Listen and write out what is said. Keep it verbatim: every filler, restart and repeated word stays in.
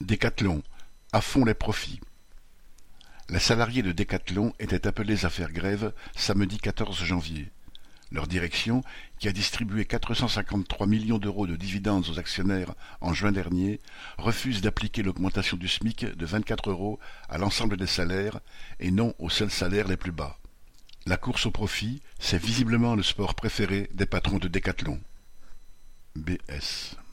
Décathlon, à fond les profits. Les salariés de Décathlon étaient appelés à faire grève samedi quatorze janvier. Leur direction, qui a distribué quatre cent cinquante-trois millions d'euros de dividendes aux actionnaires en juin dernier, refuse d'appliquer l'augmentation du SMIC de vingt-quatre euros à l'ensemble des salaires et non aux seuls salaires les plus bas. La course au profit, c'est visiblement le sport préféré des patrons de Décathlon. B S